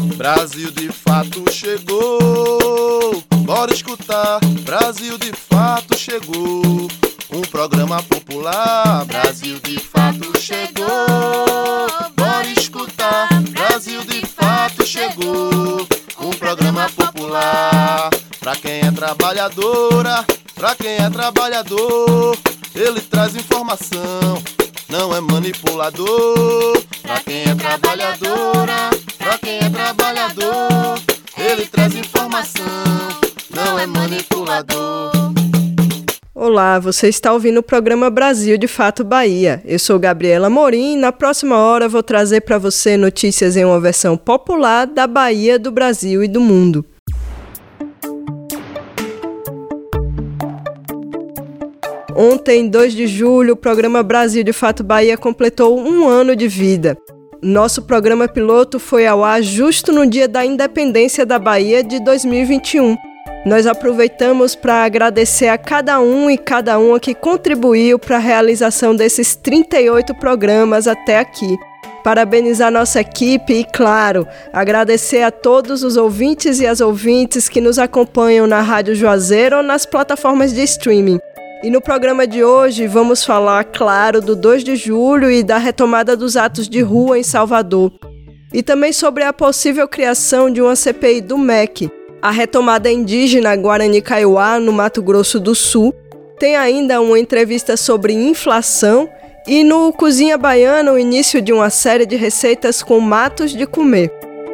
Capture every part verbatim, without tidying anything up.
Brasil de fato chegou. Bora escutar, Brasil de fato chegou. Um programa popular, Brasil de fato chegou. Bora escutar, Brasil de fato chegou. Um programa popular, pra quem é trabalhadora, pra quem é trabalhador, ele traz informação, não é manipulador. Pra quem é trabalhadora, pra quem é trabalhador, ele traz informação, não é manipulador. Olá, você está ouvindo o programa Brasil de Fato Bahia. Eu sou Gabriela Morim e na próxima hora vou trazer para você notícias em uma versão popular da Bahia, do Brasil e do mundo. Ontem, dois de julho, o programa Brasil de Fato Bahia completou um ano de vida. Nosso programa piloto foi ao ar justo no dia da independência da Bahia de dois mil e vinte e um. Nós aproveitamos para agradecer a cada um e cada uma que contribuiu para a realização desses trinta e oito programas até aqui. Parabenizar nossa equipe e, claro, agradecer a todos os ouvintes e as ouvintes que nos acompanham na Rádio Juazeiro ou nas plataformas de streaming. E no programa de hoje vamos falar, claro, do dois de julho e da retomada dos atos de rua em Salvador. E também sobre a possível criação de uma C P I do M E C, a retomada indígena Guarani Kaiowá, no Mato Grosso do Sul. Tem ainda uma entrevista sobre inflação e no Cozinha Baiana o início de uma série de receitas com matos de comer.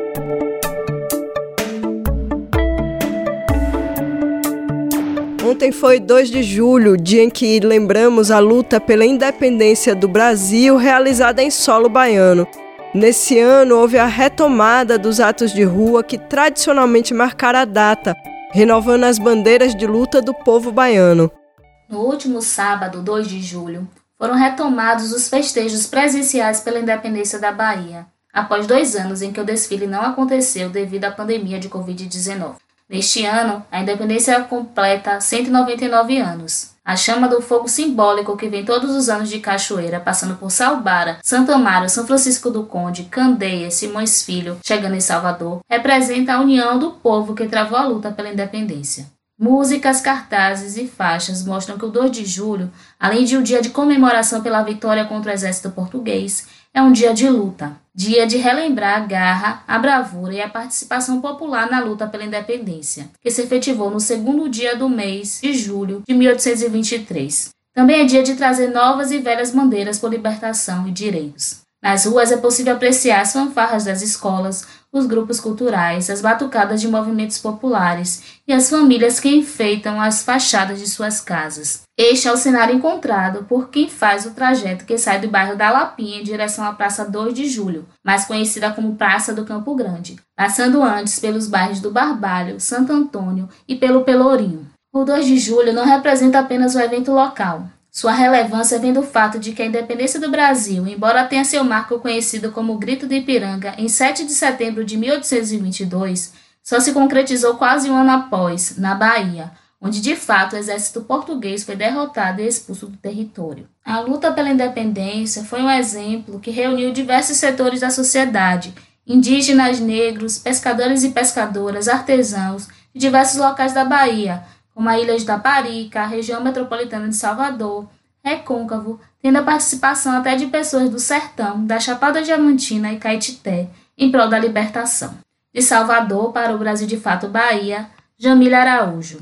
Ontem foi dois de julho, dia em que lembramos a luta pela independência do Brasil realizada em solo baiano. Nesse ano, houve a retomada dos atos de rua que tradicionalmente marcaram a data, renovando as bandeiras de luta do povo baiano. No último sábado, dois de julho, foram retomados os festejos presenciais pela independência da Bahia, após dois anos em que o desfile não aconteceu devido à pandemia de covid dezenove. Neste ano, a independência completa cento e noventa e nove anos. A chama do fogo simbólico que vem todos os anos de Cachoeira, passando por Salbara, Santo Amaro, São Francisco do Conde, Candeias, Simões Filho, chegando em Salvador, representa a união do povo que travou a luta pela independência. Músicas, cartazes e faixas mostram que o dois de julho, além de um dia de comemoração pela vitória contra o exército português, é um dia de luta. Dia de relembrar a garra, a bravura e a participação popular na luta pela independência, que se efetivou no segundo dia do mês de julho de mil oitocentos e vinte e três. Também é dia de trazer novas e velhas bandeiras por libertação e direitos. Nas ruas é possível apreciar as fanfarras das escolas, os grupos culturais, as batucadas de movimentos populares e as famílias que enfeitam as fachadas de suas casas. Este é o cenário encontrado por quem faz o trajeto que sai do bairro da Lapinha em direção à Praça dois de julho, mais conhecida como Praça do Campo Grande, passando antes pelos bairros do Barbalho, Santo Antônio e pelo Pelourinho. O dois de julho não representa apenas um evento local. Sua relevância vem do fato de que a independência do Brasil, embora tenha seu marco conhecido como Grito do Ipiranga em sete de setembro de mil oitocentos e vinte e dois, só se concretizou quase um ano após, na Bahia, onde de fato o exército português foi derrotado e expulso do território. A luta pela independência foi um exemplo que reuniu diversos setores da sociedade, indígenas, negros, pescadores e pescadoras, artesãos de diversos locais da Bahia, como a Ilha de Taparica, a região metropolitana de Salvador, Recôncavo, tendo a participação até de pessoas do Sertão, da Chapada Diamantina e Caetité, em prol da libertação. De Salvador para o Brasil de Fato Bahia, Jamília Araújo.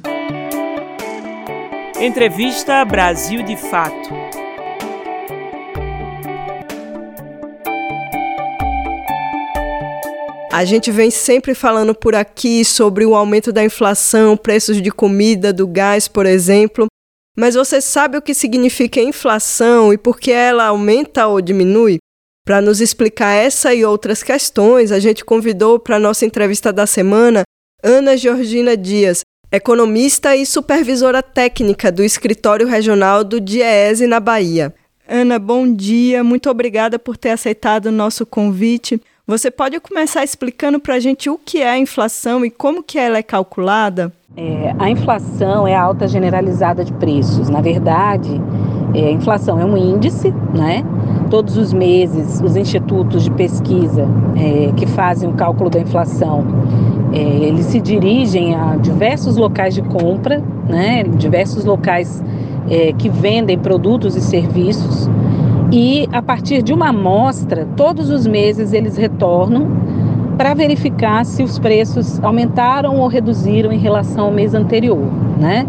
Entrevista Brasil de Fato. A gente vem sempre falando por aqui sobre o aumento da inflação, preços de comida, do gás, por exemplo. Mas você sabe o que significa inflação e por que ela aumenta ou diminui? Para nos explicar essa e outras questões, a gente convidou para a nossa entrevista da semana Ana Georgina Dias, economista e supervisora técnica do Escritório Regional do DIEESE na Bahia. Ana, bom dia. Muito obrigada por ter aceitado o nosso convite. Você pode começar explicando para a gente o que é a inflação e como que ela é calculada? É, a inflação é a alta generalizada de preços. Na verdade, é, a inflação é um índice, né? todos os meses, os institutos de pesquisa é, que fazem o cálculo da inflação, é, eles se dirigem a diversos locais de compra, né, diversos locais é, que vendem produtos e serviços, e a partir de uma amostra, todos os meses eles retornam para verificar se os preços aumentaram ou reduziram em relação ao mês anterior, né?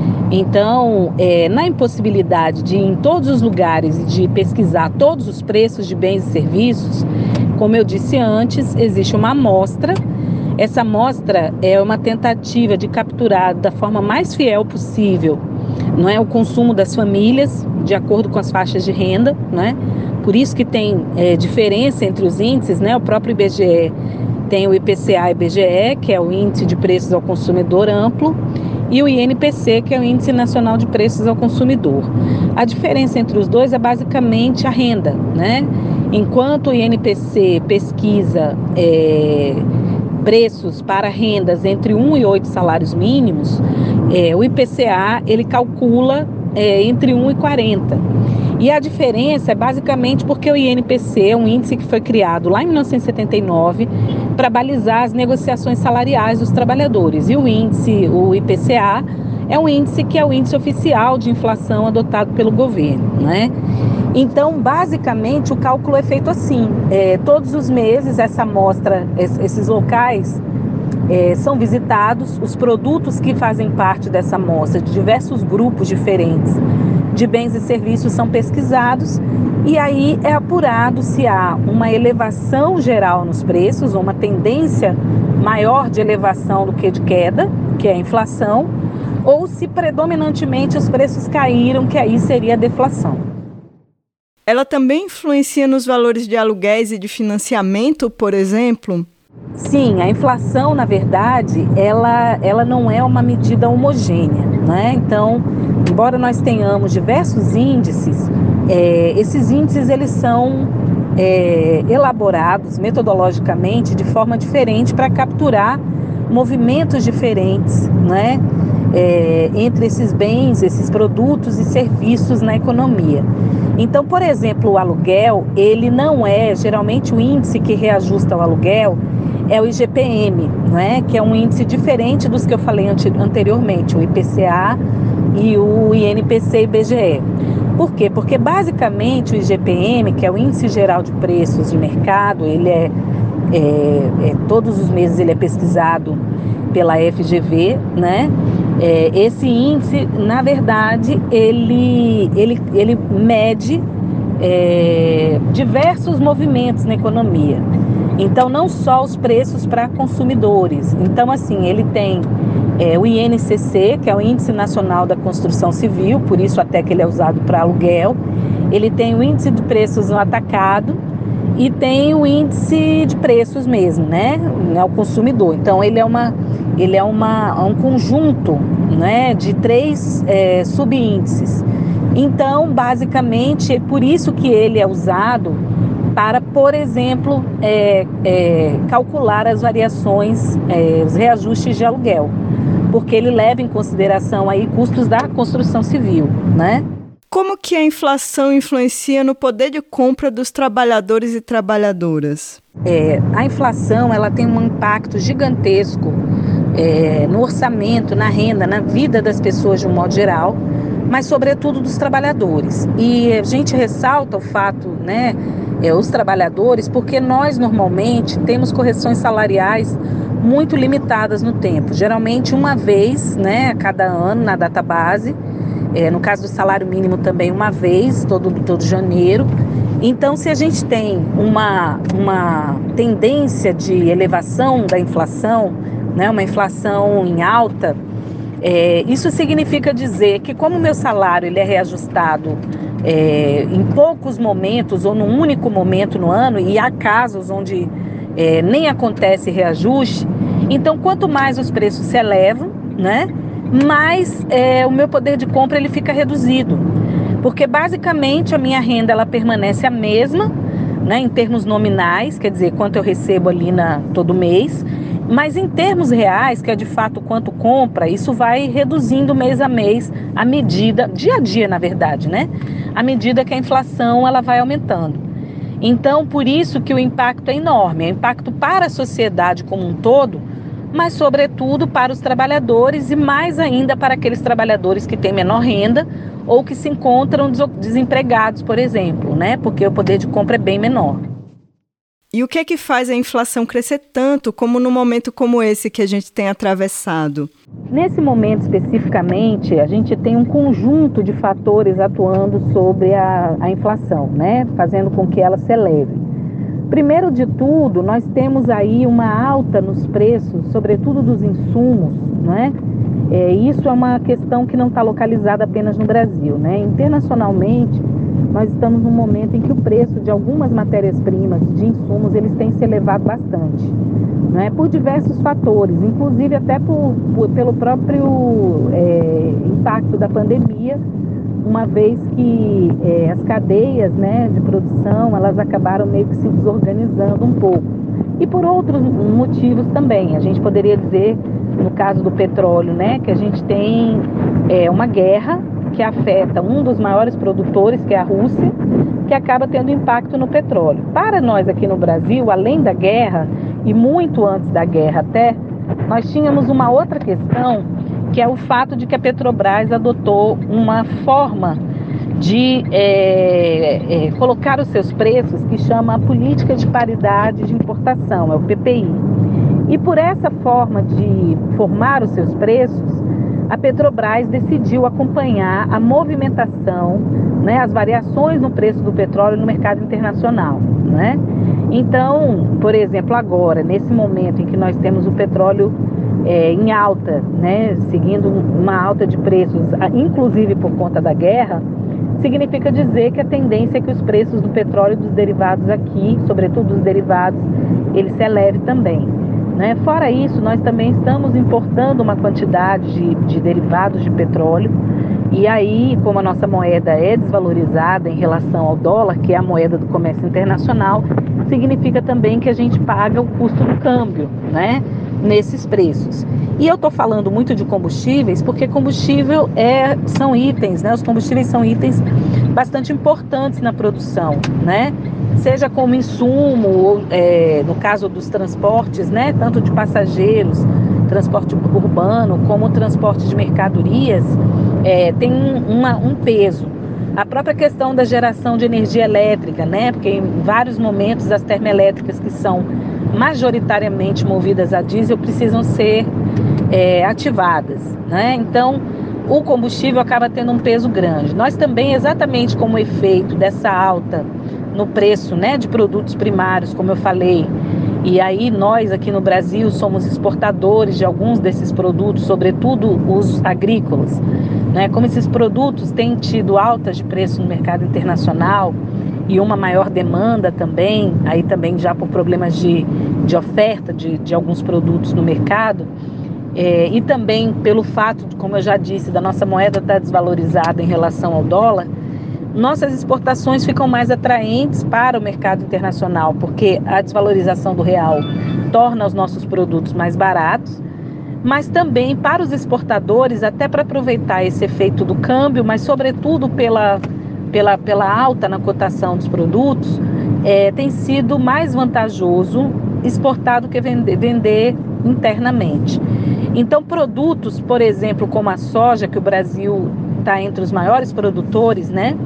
Então, é, na impossibilidade de ir em todos os lugares e de pesquisar todos os preços de bens e serviços, como eu disse antes, existe uma amostra. Essa amostra é uma tentativa de capturar da forma mais fiel possível, não é, o consumo das famílias, de acordo com as faixas de renda, né? Por isso que tem é, diferença entre os índices, né? O próprio I B G E tem o I P C A e I B G E, que é o Índice de Preços ao Consumidor Amplo, e o I N P C, que é o Índice Nacional de Preços ao Consumidor. A diferença entre os dois é basicamente a renda, né? Enquanto o I N P C pesquisa é, preços para rendas entre um e oito salários mínimos, é, o I P C A ele calcula é, entre um e quarenta. E a diferença é basicamente porque o I N P C é um índice que foi criado lá em mil novecentos e setenta e nove para balizar as negociações salariais dos trabalhadores. E o índice, o I P C A, é um índice que é o índice oficial de inflação adotado pelo governo, né? Então, basicamente, o cálculo é feito assim. É, todos os meses, essa amostra, esses locais é, são visitados, os produtos que fazem parte dessa amostra, de diversos grupos diferentes de bens e serviços, são pesquisados, e aí é apurado se há uma elevação geral nos preços, ou uma tendência maior de elevação do que de queda, que é a inflação, ou se predominantemente os preços caíram, que aí seria a deflação. Ela também influencia nos valores de aluguéis e de financiamento, por exemplo? Sim, a inflação, na verdade, ela, ela não é uma medida homogênea, né? Então, embora nós tenhamos diversos índices, é, esses índices eles são é, elaborados metodologicamente de forma diferente para capturar movimentos diferentes, né? É, entre esses bens, esses produtos e serviços na economia. Então, por exemplo, o aluguel, ele não é, geralmente o índice que reajusta o aluguel é o I G P M, não é? Que é um índice diferente dos que eu falei anteriormente, o I P C A e o I N P C e I B G E. Por quê? Porque basicamente o I G P M, que é o Índice Geral de Preços de Mercado, ele é, é, é todos os meses ele é pesquisado pela F G V, né? É, esse índice, na verdade, ele, ele, ele mede é, diversos movimentos na economia. Então, não só os preços para consumidores. Então, assim, ele tem é, o I N C C, que é o Índice Nacional da Construção Civil, por isso até que ele é usado para aluguel. Ele tem o Índice de Preços no Atacado e tem o Índice de Preços mesmo, né, ao consumidor. Então, ele é, uma, ele é uma, um conjunto, né, de três é, subíndices. Então, basicamente, é por isso que ele é usado para, por exemplo, é, é, calcular as variações, é, os reajustes de aluguel, porque ele leva em consideração aí custos da construção civil, né? Como que a inflação influencia no poder de compra dos trabalhadores e trabalhadoras? É, a inflação ela tem um impacto gigantesco é, no orçamento, na renda, na vida das pessoas de um modo geral, mas sobretudo dos trabalhadores. E a gente ressalta o fato, né, é, os trabalhadores, porque nós normalmente temos correções salariais muito limitadas no tempo, geralmente uma vez, né, a cada ano na data base. É, no caso do salário mínimo também uma vez, todo, todo janeiro. Então, se a gente tem uma, uma tendência de elevação da inflação, né, uma inflação em alta, é, isso significa dizer que como o meu salário ele é reajustado é, em poucos momentos ou num único momento no ano, e há casos onde é, nem acontece reajuste, então quanto mais os preços se elevam, né, mas é, o meu poder de compra ele fica reduzido, porque basicamente a minha renda ela permanece a mesma, né, em termos nominais, quer dizer, quanto eu recebo ali na, todo mês, mas em termos reais, que é de fato quanto compra, isso vai reduzindo mês a mês, à medida, dia a dia na verdade, né, à medida que a inflação ela vai aumentando. Então, por isso que o impacto é enorme, é impacto para a sociedade como um todo, mas sobretudo para os trabalhadores e mais ainda para aqueles trabalhadores que têm menor renda ou que se encontram desempregados, por exemplo, né? Porque o poder de compra é bem menor. E o que é que faz a inflação crescer tanto como no momento como esse que a gente tem atravessado? Nesse momento especificamente, a gente tem um conjunto de fatores atuando sobre a, a inflação, né? Fazendo com que ela se eleve. Primeiro de tudo, nós temos aí uma alta nos preços, sobretudo dos insumos, né? É, isso é uma questão que não está localizada apenas no Brasil, né? Internacionalmente, nós estamos num momento em que o preço de algumas matérias-primas, de insumos, eles têm se elevado bastante, né? Por diversos fatores, inclusive até por, por, pelo próprio é, impacto da pandemia, uma vez que é, as cadeias, né, de produção, elas acabaram meio que se desorganizando um pouco. E por outros motivos também, a gente poderia dizer, no caso do petróleo, né, que a gente tem é, uma guerra que afeta um dos maiores produtores, que é a Rússia, que acaba tendo impacto no petróleo. Para nós aqui no Brasil, além da guerra, e muito antes da guerra até, nós tínhamos uma outra questão, que é o fato de que a Petrobras adotou uma forma de é, é, colocar os seus preços que chama a política de paridade de importação, é o P P I. E por essa forma de formar os seus preços, a Petrobras decidiu acompanhar a movimentação, né, as variações no preço do petróleo no mercado internacional, né? Então, por exemplo, agora, nesse momento em que nós temos o petróleo é, em alta, né, seguindo uma alta de preços, inclusive por conta da guerra, significa dizer que a tendência é que os preços do petróleo e dos derivados aqui, sobretudo dos derivados, eles se elevem também, né? Fora isso, nós também estamos importando uma quantidade de, de derivados de petróleo, e aí, como a nossa moeda é desvalorizada em relação ao dólar, que é a moeda do comércio internacional, significa também que a gente paga o custo do câmbio, né, nesses preços. E eu estou falando muito de combustíveis porque combustível é, são itens, né? Os combustíveis são itens bastante importantes na produção, né? Seja como insumo, ou, é, no caso dos transportes, né? Tanto de passageiros, transporte urbano, como transporte de mercadorias, é, tem uma, um peso. A própria questão da geração de energia elétrica, né? Porque em vários momentos as termoelétricas que são majoritariamente movidas a diesel precisam ser é, ativadas, né? Então, o combustível acaba tendo um peso grande. Nós também, exatamente como efeito dessa alta no preço, né, de produtos primários, como eu falei, e aí nós aqui no Brasil somos exportadores de alguns desses produtos, sobretudo os agrícolas, né? Como esses produtos têm tido altas de preço no mercado internacional e uma maior demanda também, aí também já por problemas de, de oferta de, de alguns produtos no mercado, é, e também pelo fato, como eu já disse, da nossa moeda estar desvalorizada em relação ao dólar, nossas exportações ficam mais atraentes para o mercado internacional, porque a desvalorização do real torna os nossos produtos mais baratos, mas também para os exportadores, até para aproveitar esse efeito do câmbio, mas sobretudo pela, pela, pela alta na cotação dos produtos, é, tem sido mais vantajoso exportar do que vender, vender internamente. Então, produtos, por exemplo, como a soja, que o Brasil está entre os maiores produtores, né?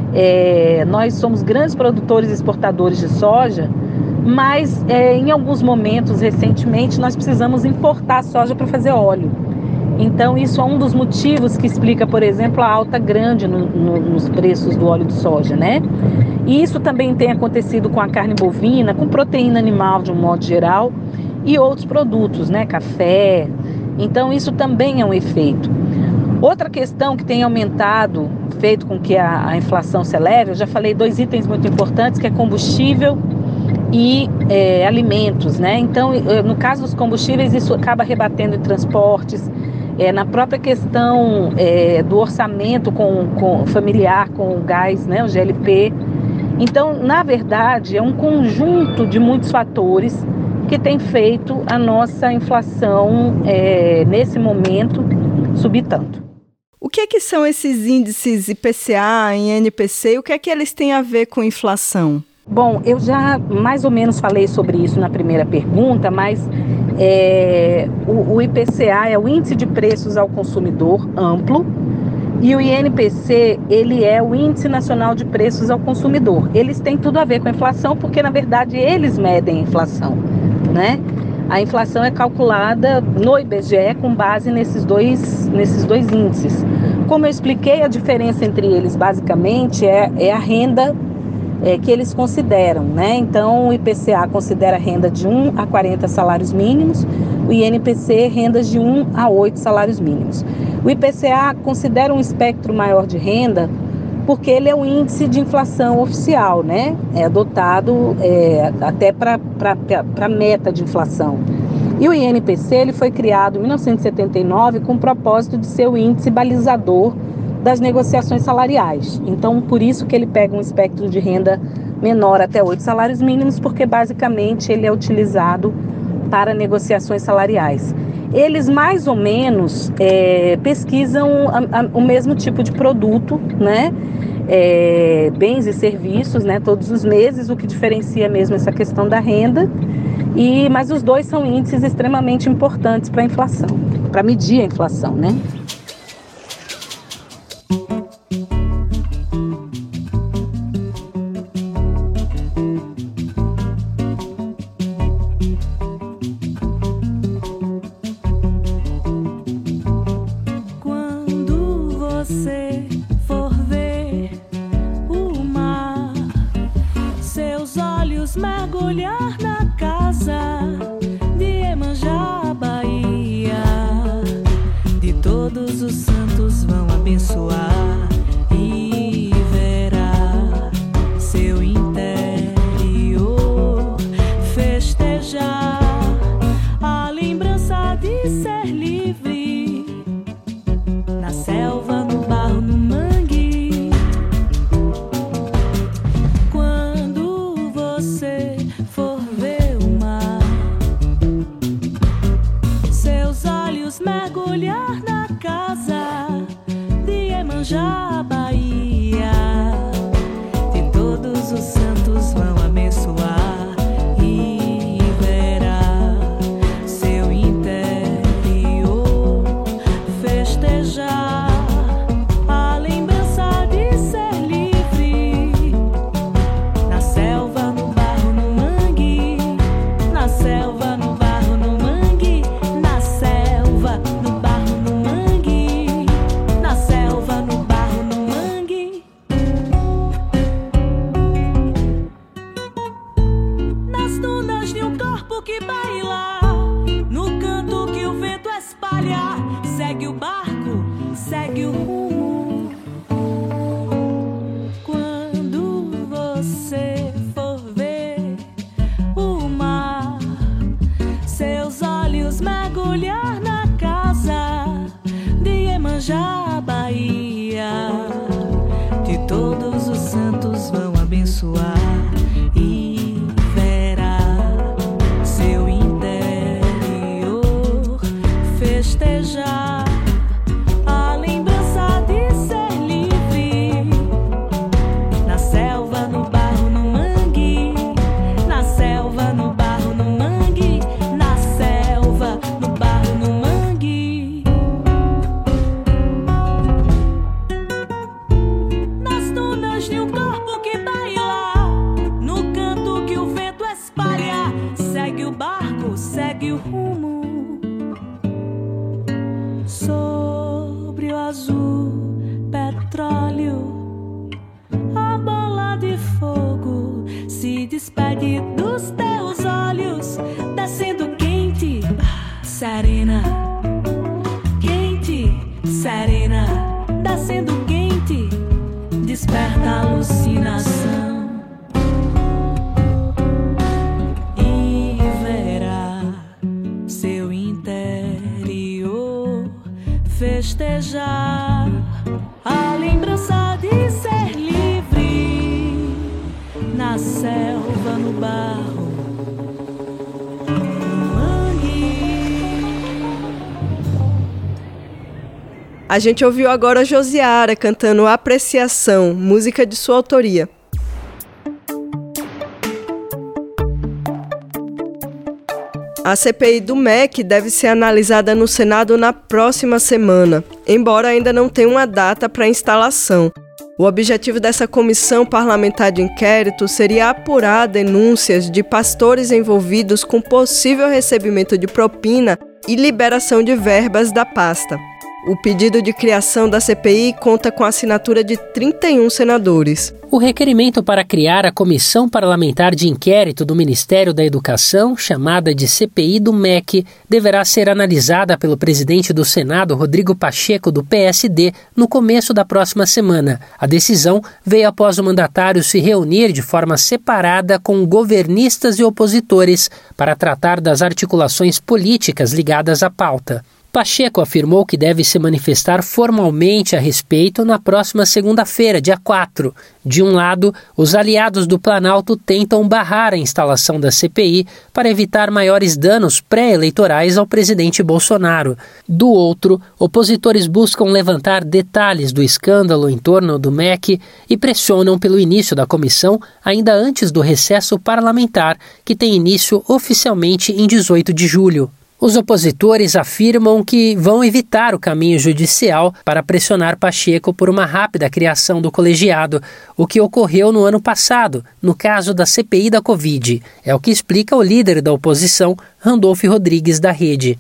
É, nós somos grandes produtores e exportadores de soja, mas é, em alguns momentos, recentemente, nós precisamos importar soja para fazer óleo. Então, isso é um dos motivos que explica, por exemplo, a alta grande no, no, nos preços do óleo de soja, né? E isso também tem acontecido com a carne bovina, com proteína animal de um modo geral e outros produtos, né? Café. Então, isso também é um efeito. Outra questão que tem aumentado, feito com que a, a inflação se eleve, eu já falei dois itens muito importantes, que é combustível e é, alimentos, né? Então, no caso dos combustíveis, isso acaba rebatendo em transportes, é, na própria questão é, do orçamento com, com familiar, com o gás, né, o G L P. Então, na verdade, é um conjunto de muitos fatores que tem feito a nossa inflação, é, nesse momento, subir tanto. O que é que são esses índices I P C A e N P C e o que é que eles têm a ver com inflação? Bom, eu já mais ou menos falei sobre isso na primeira pergunta, mas é, o, o I P C A é o Índice de Preços ao Consumidor Amplo e o I N P C, ele é o Índice Nacional de Preços ao Consumidor. Eles têm tudo a ver com a inflação porque, na verdade, eles medem a inflação, né? A inflação é calculada no I B G E com base nesses dois, nesses dois índices. Como eu expliquei, a diferença entre eles, basicamente, é, é a renda É, que eles consideram, né? Então, o I P C A considera renda de um a quarenta salários mínimos, o I N P C rendas de um a oito salários mínimos. O I P C A considera um espectro maior de renda porque ele é um índice de inflação oficial, né? É adotado é, até para a meta de inflação. E o I N P C ele foi criado em mil novecentos e setenta e nove com o propósito de ser o índice balizador das negociações salariais. Então, por isso que ele pega um espectro de renda menor até oito salários mínimos, porque basicamente ele é utilizado para negociações salariais. Eles mais ou menos é, pesquisam a, a, o mesmo tipo de produto, né? É, bens e serviços, né? Todos os meses, o que diferencia mesmo essa questão da renda. E, mas os dois são índices extremamente importantes para a inflação, para medir a inflação, né? Mergulhar na casa de Iemanjá, Bahia, de todos os santos vão abençoar e verá seu interior festejar a lembrança de ser livre na selva, no barro, no mangue. Quando você for ver o mar, seus olhos mergulhar na casa de Iemanjá, Bahia, de todos os santos vão abençoar e verá seu interior festejar a lembrança de ser livre na selva, no barro, no mangue, na selva, no barro, no mangue, na selva, no barro, no mangue, na selva, no barro, no mangue. Nas dunas de um corpo que baila, no canto que o vento espalha, segue o barco, segue o rumo. Quando você for ver o mar, seus olhos mergulhar na casa de Iemanjá, Bahia, de todos os santos vão abençoar e verá seu interior festejar a lembrança de ser livre na selva, no barro, no mangue, na selva, no barro, no mangue, na selva, no barro, no mangue. Nas dunas de um corpo que baila, no canto que o vento espalha, segue o barco, segue o rumo. Sobre o azul petróleo, a bola de fogo se despede dos teus olhos, descendo quente, serena, quente, serena, descendo quente, desperta a alucinação e verá seu interior festejar a lembrança de ser livre na selva, no barro, no mangue. A gente ouviu agora Josiara cantando Apreciação, música de sua autoria. A C P I do M E C deve ser analisada no Senado na próxima semana, embora ainda não tenha uma data para instalação. O objetivo dessa comissão parlamentar de inquérito seria apurar denúncias de pastores envolvidos com possível recebimento de propina e liberação de verbas da pasta. O pedido de criação da C P I conta com a assinatura de trinta e um senadores. O requerimento para criar a Comissão Parlamentar de Inquérito do Ministério da Educação, chamada de C P I do M E C, deverá ser analisada pelo presidente do Senado, Rodrigo Pacheco, do P S D, no começo da próxima semana. A decisão veio após o mandatário se reunir de forma separada com governistas e opositores para tratar das articulações políticas ligadas à pauta. Pacheco afirmou que deve se manifestar formalmente a respeito na próxima segunda-feira, dia quatro. De um lado, os aliados do Planalto tentam barrar a instalação da C P I para evitar maiores danos pré-eleitorais ao presidente Bolsonaro. Do outro, opositores buscam levantar detalhes do escândalo em torno do M E C e pressionam pelo início da comissão ainda antes do recesso parlamentar, que tem início oficialmente em dezoito de julho. Os opositores afirmam que vão evitar o caminho judicial para pressionar Pacheco por uma rápida criação do colegiado, o que ocorreu no ano passado, no caso da C P I da Covid. É o que explica o líder da oposição, Randolfo Rodrigues, da Rede.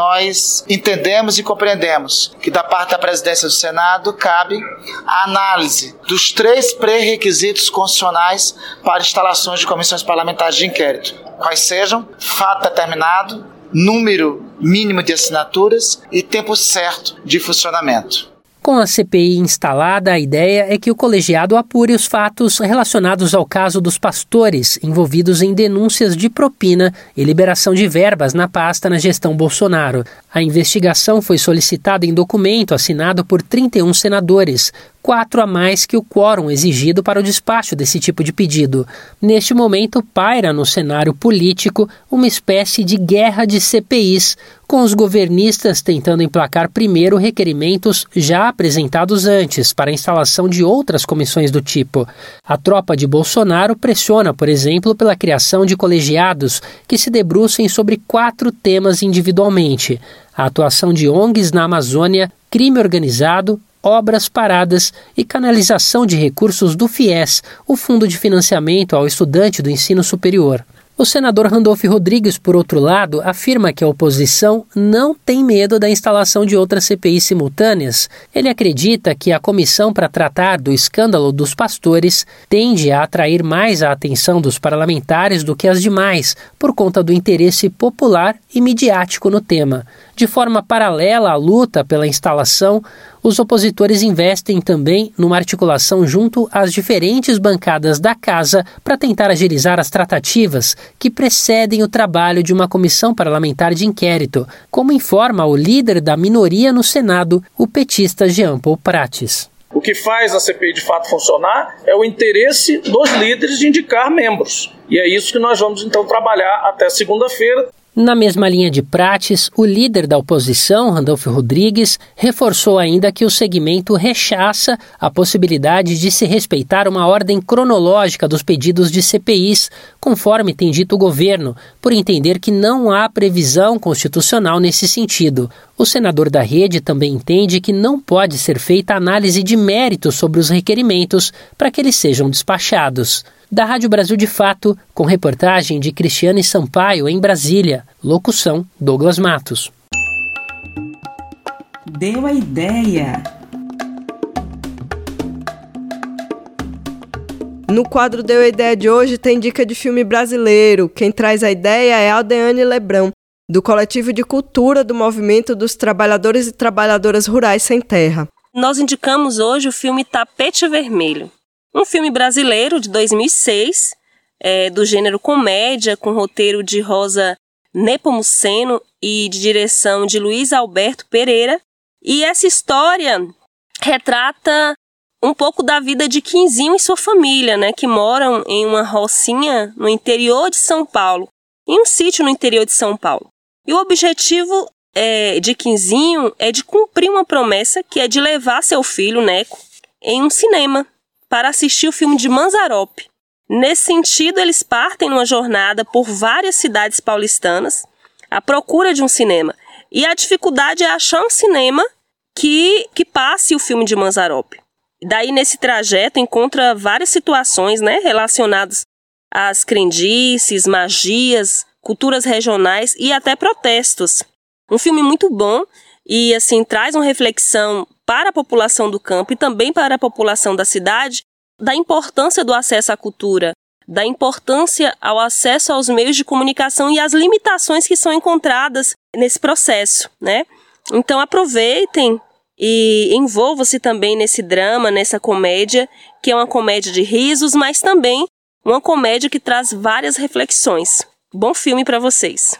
Nós entendemos e compreendemos que da parte da presidência do Senado cabe a análise dos três pré-requisitos constitucionais para instalações de comissões parlamentares de inquérito. Quais sejam: fato determinado, número mínimo de assinaturas e tempo certo de funcionamento. Com a C P I instalada, a ideia é que o colegiado apure os fatos relacionados ao caso dos pastores envolvidos em denúncias de propina e liberação de verbas na pasta na gestão Bolsonaro. A investigação foi solicitada em documento assinado por trinta e um senadores, quatro a mais que o quórum exigido para o despacho desse tipo de pedido. Neste momento, paira no cenário político uma espécie de guerra de C P Is, com os governistas tentando emplacar primeiro requerimentos já apresentados antes para a instalação de outras comissões do tipo. A tropa de Bolsonaro pressiona, por exemplo, pela criação de colegiados que se debrucem sobre quatro temas individualmente: a atuação de O N Gs na Amazônia, crime organizado, obras paradas e canalização de recursos do FIES, o Fundo de Financiamento ao Estudante do Ensino Superior. O senador Randolfo Rodrigues, por outro lado, afirma que a oposição não tem medo da instalação de outras C P Is simultâneas. Ele acredita que a comissão para tratar do escândalo dos pastores tende a atrair mais a atenção dos parlamentares do que as demais, por conta do interesse popular e midiático no tema. De forma paralela à luta pela instalação, os opositores investem também numa articulação junto às diferentes bancadas da Casa para tentar agilizar as tratativas que precedem o trabalho de uma comissão parlamentar de inquérito, como informa o líder da minoria no Senado, o petista Jean Paul Prates. O que faz a C P I de fato funcionar é o interesse dos líderes de indicar membros. E é isso que nós vamos então trabalhar até segunda-feira. Na mesma linha de Prates, o líder da oposição, Randolfo Rodrigues, reforçou ainda que o segmento rechaça a possibilidade de se respeitar uma ordem cronológica dos pedidos de C P Is, conforme tem dito o governo, por entender que não há previsão constitucional nesse sentido. O senador da Rede também entende que não pode ser feita análise de mérito sobre os requerimentos para que eles sejam despachados. Da Rádio Brasil de Fato, com reportagem de Cristiane Sampaio em Brasília. Locução, Douglas Matos. Deu a ideia. No quadro Deu a Ideia de hoje tem dica de filme brasileiro. Quem traz a ideia é Aldeane Lebrão, do Coletivo de Cultura do Movimento dos Trabalhadores e Trabalhadoras Rurais Sem Terra. Nós indicamos hoje o filme Tapete Vermelho. Um filme brasileiro de dois mil e seis, é, do gênero comédia, com roteiro de Rosa Nepomuceno e de direção de Luiz Alberto Pereira. E essa história retrata um pouco da vida de Quinzinho e sua família, né, que moram em uma rocinha no interior de São Paulo, em um sítio no interior de São Paulo. E o objetivo é, de Quinzinho é de cumprir uma promessa, que é de levar seu filho, Neco, em um cinema para assistir o filme de Mazzaropi. Nesse sentido, eles partem numa jornada por várias cidades paulistanas à procura de um cinema. E a dificuldade é achar um cinema que, que passe o filme de Mazzaropi. Daí, nesse trajeto, encontra várias situações, né, relacionadas às crendices, magias, culturas regionais e até protestos. Um filme muito bom e, assim, traz uma reflexão para a população do campo e também para a população da cidade da importância do acesso à cultura, da importância ao acesso aos meios de comunicação e as limitações que são encontradas nesse processo, né? Então aproveitem e envolvam-se também nesse drama, nessa comédia, que é uma comédia de risos, mas também uma comédia que traz várias reflexões. Bom filme para vocês!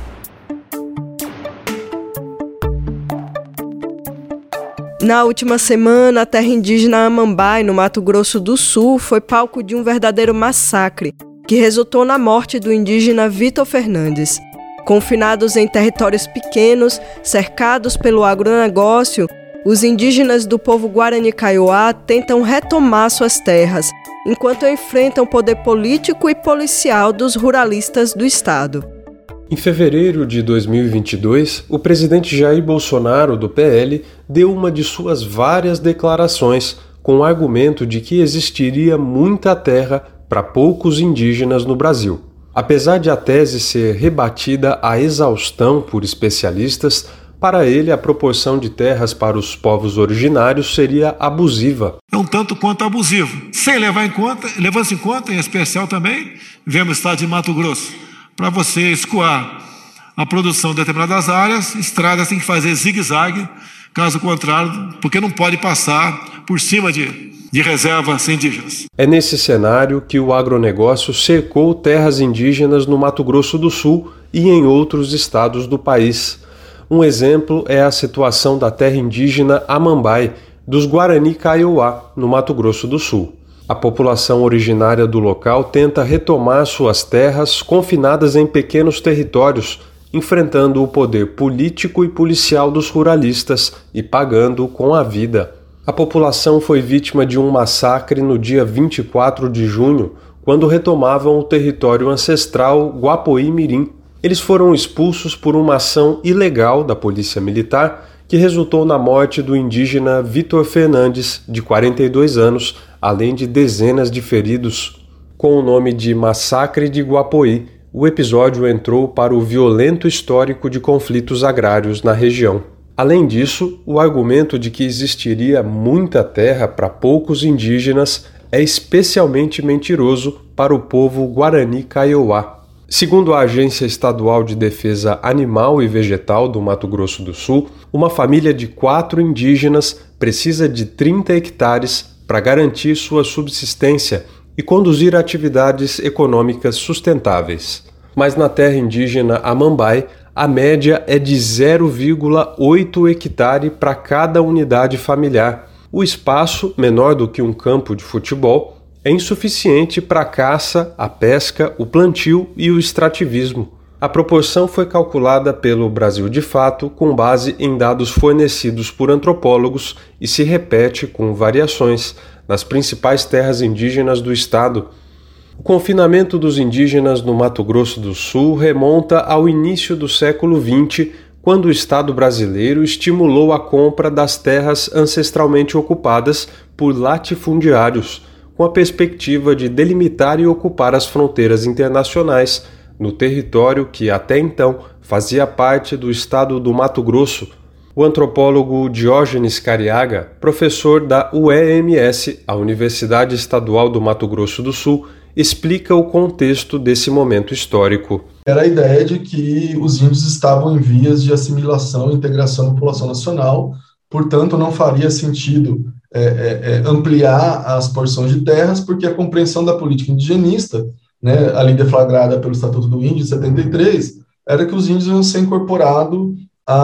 Na última semana, a terra indígena Amambai, no Mato Grosso do Sul, foi palco de um verdadeiro massacre, que resultou na morte do indígena Vitor Fernandes. Confinados em territórios pequenos, cercados pelo agronegócio, os indígenas do povo Guarani Kaiowá tentam retomar suas terras, enquanto enfrentam o poder político e policial dos ruralistas do estado. Em fevereiro de dois mil e vinte e dois, o presidente Jair Bolsonaro, do P L, deu uma de suas várias declarações com o argumento de que existiria muita terra para poucos indígenas no Brasil. Apesar de a tese ser rebatida à exaustão por especialistas, para ele a proporção de terras para os povos originários seria abusiva. É um tanto quanto abusivo. Sem levar em conta, levando-se em conta, em especial também, vemos o estado de Mato Grosso. Para você escoar a produção de determinadas áreas, estradas tem que fazer zigue-zague, caso contrário, porque não pode passar por cima de, de reservas indígenas. É nesse cenário que o agronegócio cercou terras indígenas no Mato Grosso do Sul e em outros estados do país. Um exemplo é a situação da terra indígena Amambai, dos Guarani Kaiowá, no Mato Grosso do Sul. A população originária do local tenta retomar suas terras confinadas em pequenos territórios, enfrentando o poder político e policial dos ruralistas e pagando com a vida. A população foi vítima de um massacre no dia vinte e quatro de junho, quando retomavam o território ancestral Guapoí-Mirim. Eles foram expulsos por uma ação ilegal da polícia militar que resultou na morte do indígena Vitor Fernandes, de quarenta e dois anos, além de dezenas de feridos. Com o nome de Massacre de Guapoí, o episódio entrou para o violento histórico de conflitos agrários na região. Além disso, o argumento de que existiria muita terra para poucos indígenas é especialmente mentiroso para o povo Guarani Kaiowá. Segundo a Agência Estadual de Defesa Animal e Vegetal do Mato Grosso do Sul, uma família de quatro indígenas precisa de trinta hectares para garantir sua subsistência e conduzir atividades econômicas sustentáveis. Mas na terra indígena Amambai, a média é de zero vírgula oito hectare para cada unidade familiar. O espaço, menor do que um campo de futebol, é insuficiente para a caça, a pesca, o plantio e o extrativismo. A proporção foi calculada pelo Brasil de Fato com base em dados fornecidos por antropólogos e se repete com variações nas principais terras indígenas do estado. O confinamento dos indígenas no Mato Grosso do Sul remonta ao início do século vinte, quando o Estado brasileiro estimulou a compra das terras ancestralmente ocupadas por latifundiários, com a perspectiva de delimitar e ocupar as fronteiras internacionais no território que até então fazia parte do estado do Mato Grosso. O antropólogo Diógenes Cariaga, professor da U E M S, a Universidade Estadual do Mato Grosso do Sul, explica o contexto desse momento histórico. Era a ideia de que os índios estavam em vias de assimilação e integração na população nacional, portanto não faria sentido É, é, é, ampliar as porções de terras, porque a compreensão da política indigenista, né, ali deflagrada pelo Estatuto do Índio, de setenta e três, era que os índios iam ser incorporados à,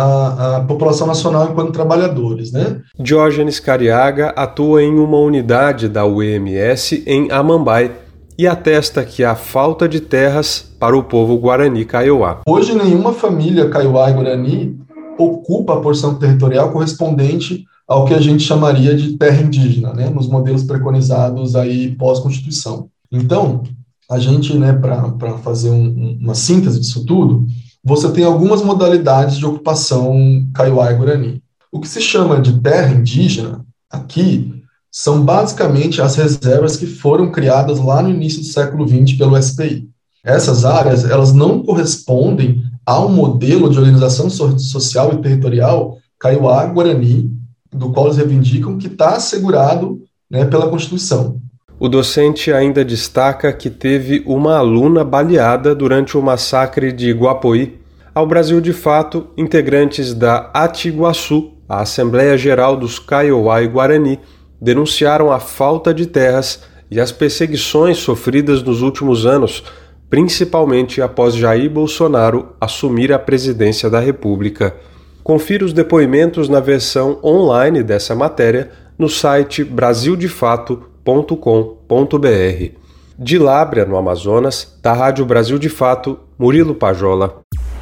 à, à população nacional enquanto trabalhadores. Né? Diógenes Cariaga atua em uma unidade da U E M S em Amambai e atesta que há falta de terras para o povo Guarani Kaiowá. Hoje, nenhuma família Kaiowá e Guarani ocupa a porção territorial correspondente ao que a gente chamaria de terra indígena, né, nos modelos preconizados aí pós-Constituição. Então, a gente, né, para fazer um, uma síntese disso tudo, você tem algumas modalidades de ocupação Kaiowá e Guarani. O que se chama de terra indígena, aqui, são basicamente as reservas que foram criadas lá no início do século vinte pelo S P I. Essas áreas, elas não correspondem a um modelo de organização social e territorial Kaiowá-Guarani, do qual eles reivindicam que está assegurado, né, pela Constituição. O docente ainda destaca que teve uma aluna baleada durante o massacre de Guapoí. Ao Brasil de Fato, integrantes da Atiguaçu, a Assembleia Geral dos Kaiowá e Guarani, denunciaram a falta de terras e as perseguições sofridas nos últimos anos, principalmente após Jair Bolsonaro assumir a presidência da República. Confira os depoimentos na versão online dessa matéria no site brasil de fato ponto com ponto b r. De Lábrea, no Amazonas, da Rádio Brasil de Fato, Murilo Pajola.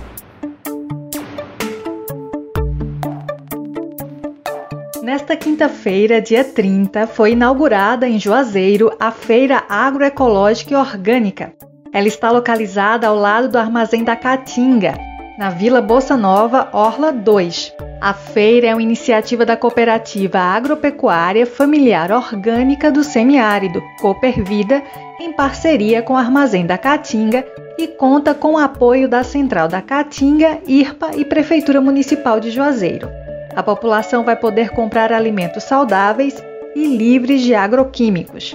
Nesta quinta-feira, dia trinta, foi inaugurada em Juazeiro a Feira Agroecológica e Orgânica. Ela está localizada ao lado do Armazém da Caatinga, na Vila Bossa Nova, Orla dois. A feira é uma iniciativa da Cooperativa Agropecuária Familiar Orgânica do Semiárido, Coopervida, em parceria com o Armazém da Caatinga e conta com o apoio da Central da Caatinga, I R P A e Prefeitura Municipal de Juazeiro. A população vai poder comprar alimentos saudáveis e livres de agroquímicos.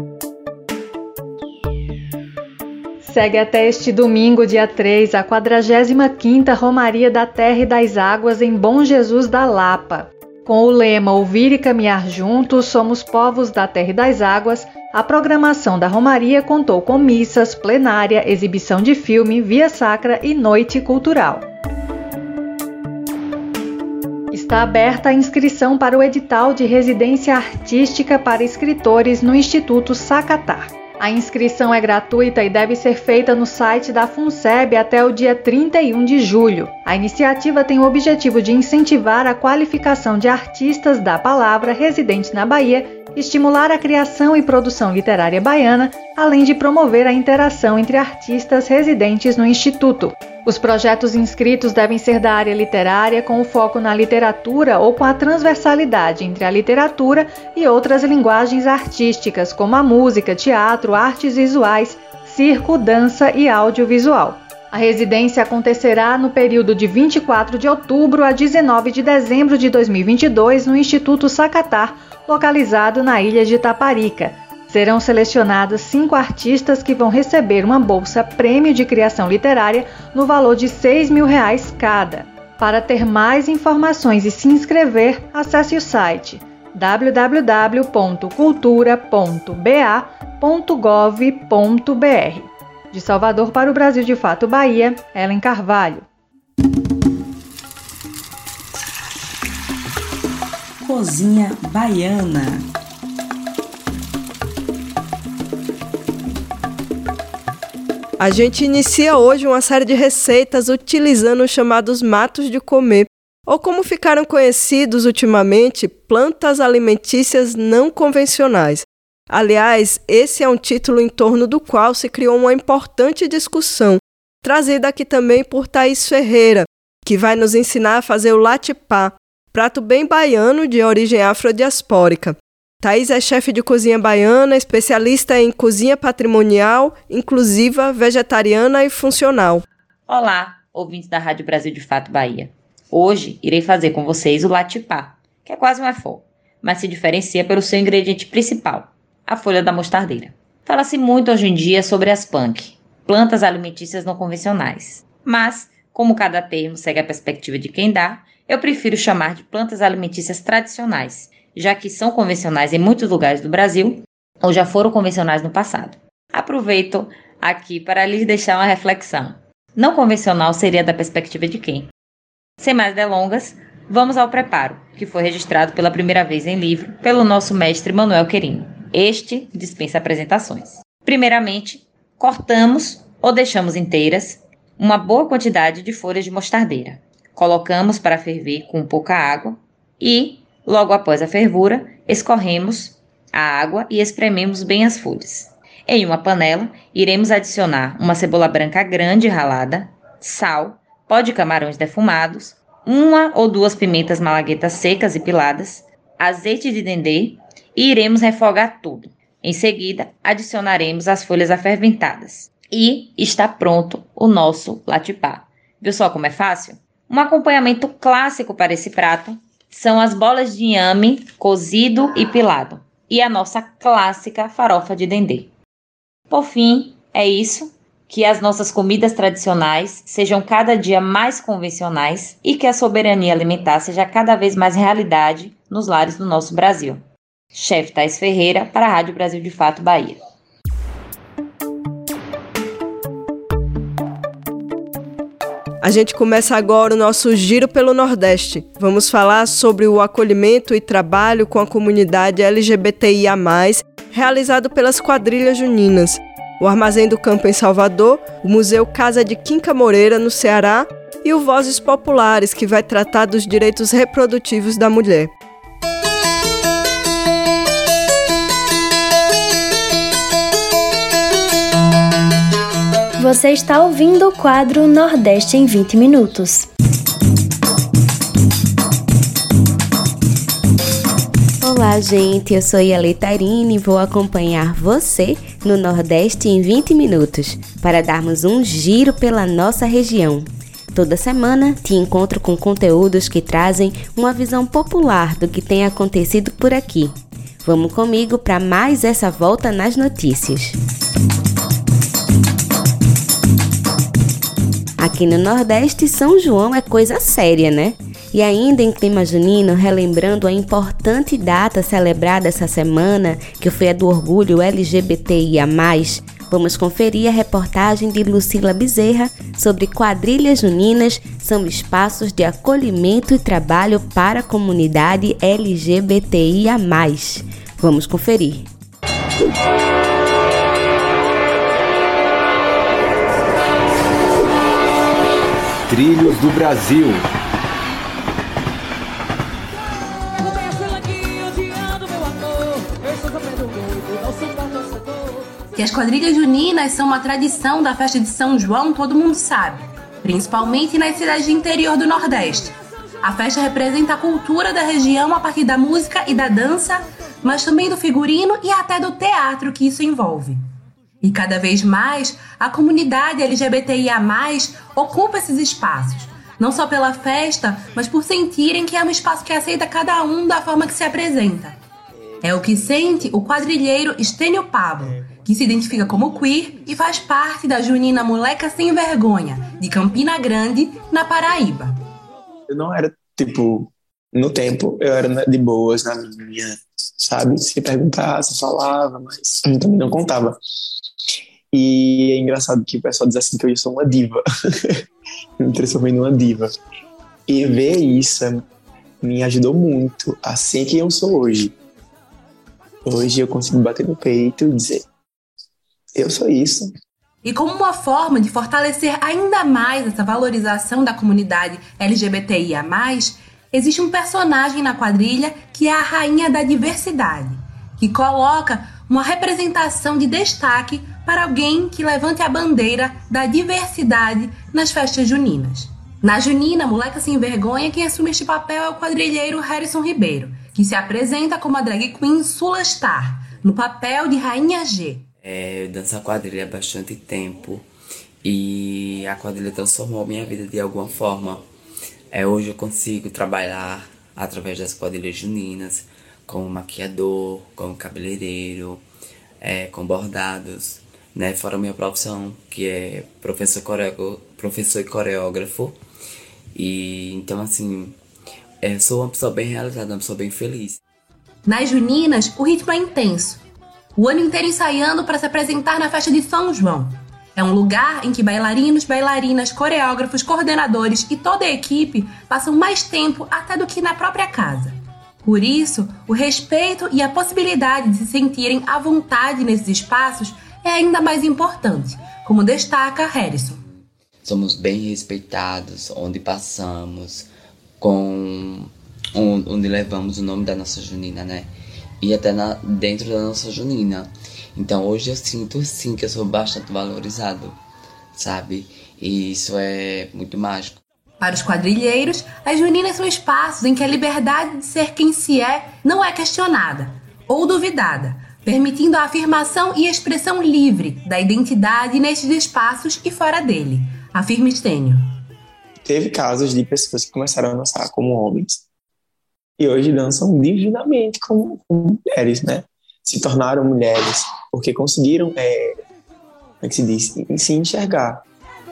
Segue até este domingo, dia três, a quadragésima quinta Romaria da Terra e das Águas em Bom Jesus da Lapa. Com o lema Ouvir e Caminhar Juntos, Somos Povos da Terra e das Águas, a programação da Romaria contou com missas, plenária, exibição de filme, via sacra e noite cultural. Está aberta a inscrição para o edital de residência artística para escritores no Instituto Sacatar. A inscrição é gratuita e deve ser feita no site da FUNSEB até o dia trinta e um de julho. A iniciativa tem o objetivo de incentivar a qualificação de artistas da palavra residentes na Bahia, estimular a criação e produção literária baiana, além de promover a interação entre artistas residentes no Instituto. Os projetos inscritos devem ser da área literária, com o foco na literatura ou com a transversalidade entre a literatura e outras linguagens artísticas, como a música, teatro, artes visuais, circo, dança e audiovisual. A residência acontecerá no período de vinte e quatro de outubro a dezenove de dezembro de dois mil e vinte e dois no Instituto Sacatar, localizado na ilha de Taparica. Serão selecionados cinco artistas que vão receber uma bolsa prêmio de criação literária no valor de seis mil reais cada. Para ter mais informações e se inscrever, acesse o site w w w ponto cultura ponto b a ponto gov ponto b r. De Salvador para o Brasil de Fato Bahia, Ellen Carvalho. Cozinha Baiana. A gente inicia hoje uma série de receitas utilizando os chamados matos de comer, ou como ficaram conhecidos ultimamente, plantas alimentícias não convencionais. Aliás, esse é um título em torno do qual se criou uma importante discussão, trazida aqui também por Thaís Ferreira, que vai nos ensinar a fazer o latipá, prato bem baiano de origem afrodiaspórica. Thaís é chefe de cozinha baiana, especialista em cozinha patrimonial, inclusiva, vegetariana e funcional. Olá, ouvintes da Rádio Brasil de Fato Bahia. Hoje irei fazer com vocês o latipá, que é quase um efó, mas se diferencia pelo seu ingrediente principal, a folha da mostardeira. Fala-se muito hoje em dia sobre as punk, plantas alimentícias não convencionais. Mas, como cada termo segue a perspectiva de quem dá, eu prefiro chamar de plantas alimentícias tradicionais, já que são convencionais em muitos lugares do Brasil ou já foram convencionais no passado. Aproveito aqui para lhes deixar uma reflexão. Não convencional seria da perspectiva de quem? Sem mais delongas, vamos ao preparo, que foi registrado pela primeira vez em livro pelo nosso mestre Manuel Querino. Este dispensa apresentações. Primeiramente, cortamos ou deixamos inteiras uma boa quantidade de folhas de mostardeira. Colocamos para ferver com pouca água e, logo após a fervura, escorremos a água e esprememos bem as folhas. Em uma panela, iremos adicionar uma cebola branca grande ralada, sal, pó de camarões defumados, uma ou duas pimentas malaguetas secas e piladas, azeite de dendê e iremos refogar tudo. Em seguida, adicionaremos as folhas aferventadas. E está pronto o nosso latipá. Viu só como é fácil? Um acompanhamento clássico para esse prato são as bolas de inhame cozido e pilado e a nossa clássica farofa de dendê. Por fim, é isso. Que as nossas comidas tradicionais sejam cada dia mais convencionais e que a soberania alimentar seja cada vez mais realidade nos lares do nosso Brasil. Chefe Thais Ferreira, para a Rádio Brasil de Fato, Bahia. A gente começa agora o nosso Giro pelo Nordeste. Vamos falar sobre o acolhimento e trabalho com a comunidade L G B T I A mais, realizado pelas quadrilhas juninas. O Armazém do Campo em Salvador, o Museu Casa de Quinca Moreira, no Ceará, e o Vozes Populares, que vai tratar dos direitos reprodutivos da mulher. Você está ouvindo o quadro Nordeste em vinte minutos. Olá, gente, eu sou Yale Tairine e vou acompanhar você no Nordeste em vinte minutos para darmos um giro pela nossa região. Toda semana te encontro com conteúdos que trazem uma visão popular do que tem acontecido por aqui. Vamos comigo para mais essa volta nas notícias. Aqui no Nordeste, São João é coisa séria, né? E ainda em clima junino, relembrando a importante data celebrada essa semana, que foi a do orgulho L G B T I A mais, vamos conferir a reportagem de Lucila Bezerra sobre quadrilhas juninas são espaços de acolhimento e trabalho para a comunidade L G B T I A mais. Vamos conferir. Trilhos do Brasil. Que as quadrilhas juninas são uma tradição da festa de São João, todo mundo sabe, principalmente nas cidades do interior do Nordeste. A festa representa a cultura da região a partir da música e da dança, mas também do figurino e até do teatro que isso envolve. E cada vez mais, a comunidade L G B T I A mais, ocupa esses espaços, não só pela festa, mas por sentirem que é um espaço que aceita cada um da forma que se apresenta. É o que sente o quadrilheiro Estênio Pablo, que se identifica como queer e faz parte da junina Moleca Sem Vergonha, de Campina Grande, na Paraíba. Eu não era, tipo, no tempo, eu era de boas na minha, sabe? Se perguntasse, falava, mas eu também não contava. E é engraçado que o pessoal diz assim que eu sou uma diva. Me transformei numa diva. E ver isso me ajudou muito a ser quem eu sou hoje. Hoje eu consigo bater no peito e dizer, eu sou isso. E como uma forma de fortalecer ainda mais essa valorização da comunidade L G B T I A mais, existe um personagem na quadrilha que é a rainha da diversidade, que coloca uma representação de destaque para alguém que levante a bandeira da diversidade nas festas juninas. Na junina Moleca Sem Vergonha, quem assume este papel é o quadrilheiro Harrison Ribeiro, que se apresenta como a drag queen Sula Star, no papel de Rainha G. É, eu danço a quadrilha há bastante tempo e a quadrilha transformou minha vida de alguma forma. É, hoje eu consigo trabalhar através das quadrilhas juninas, como maquiador, como cabeleireiro, é, com bordados, né? Fora a minha profissão, que é professor, coreo, professor e coreógrafo. E então, assim, é, sou uma pessoa bem realizada, uma pessoa bem feliz. Nas juninas, o ritmo é intenso. O ano inteiro ensaiando para se apresentar na festa de São João. É um lugar em que bailarinos, bailarinas, coreógrafos, coordenadores e toda a equipe passam mais tempo até do que na própria casa. Por isso, o respeito e a possibilidade de se sentirem à vontade nesses espaços é ainda mais importante, como destaca Harrison. Somos bem respeitados onde passamos, com onde levamos o nome da nossa junina, né? E até na, dentro da nossa junina. Então hoje eu sinto sim que eu sou bastante valorizado, sabe? E isso é muito mágico. Para os quadrilheiros, as juninas são espaços em que a liberdade de ser quem se é não é questionada ou duvidada, permitindo a afirmação e expressão livre da identidade nestes espaços e fora dele, afirma Estênio. Teve casos de pessoas que começaram a dançar como homens e hoje dançam divinamente como, como mulheres, né? Se tornaram mulheres porque conseguiram, é, como é que se diz, se enxergar.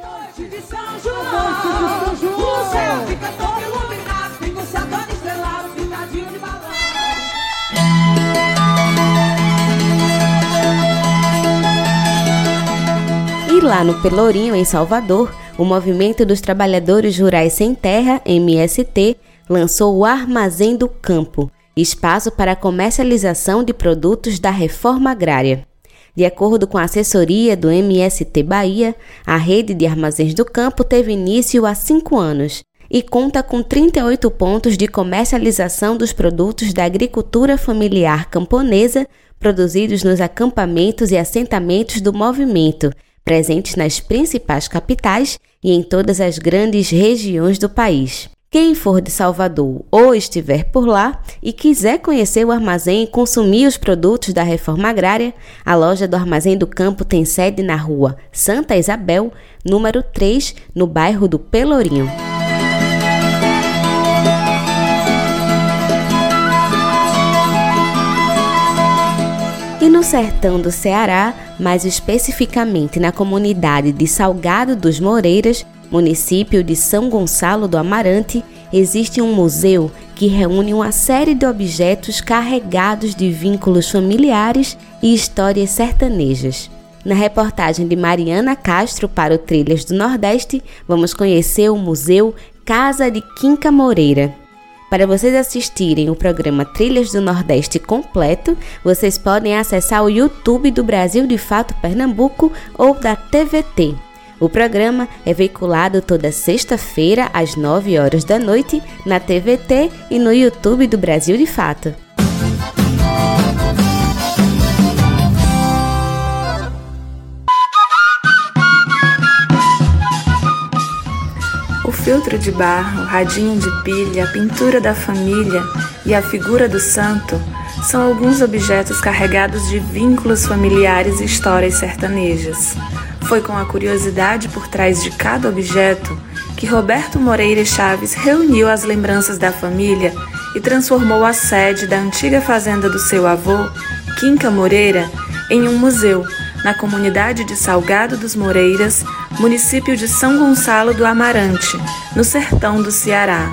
E lá no Pelourinho, em Salvador, o Movimento dos Trabalhadores Rurais Sem Terra, M S T, lançou o Armazém do Campo, espaço para a comercialização de produtos da reforma agrária. De acordo com a assessoria do M S T Bahia, a rede de armazéns do campo teve início há cinco anos e conta com trinta e oito pontos de comercialização dos produtos da agricultura familiar camponesa produzidos nos acampamentos e assentamentos do movimento, presentes nas principais capitais e em todas as grandes regiões do país. Quem for de Salvador ou estiver por lá e quiser conhecer o armazém e consumir os produtos da reforma agrária, a loja do Armazém do Campo tem sede na rua Santa Isabel, número três, no bairro do Pelourinho. E no sertão do Ceará, mais especificamente na comunidade de Salgado dos Moreiras, município de São Gonçalo do Amarante, existe um museu que reúne uma série de objetos carregados de vínculos familiares e histórias sertanejas. Na reportagem de Mariana Castro para o Trilhas do Nordeste, vamos conhecer o Museu Casa de Quinca Moreira. Para vocês assistirem o programa Trilhas do Nordeste completo, vocês podem acessar o YouTube do Brasil de Fato Pernambuco ou da T V T. O programa é veiculado toda sexta-feira às nove horas da noite na T V T e no YouTube do Brasil de Fato. O filtro de barro, o radinho de pilha, a pintura da família e a figura do santo são alguns objetos carregados de vínculos familiares e histórias sertanejas. Foi com a curiosidade por trás de cada objeto que Roberto Moreira Chaves reuniu as lembranças da família e transformou a sede da antiga fazenda do seu avô, Quinca Moreira, em um museu na comunidade de Salgado dos Moreiras, município de São Gonçalo do Amarante, no sertão do Ceará.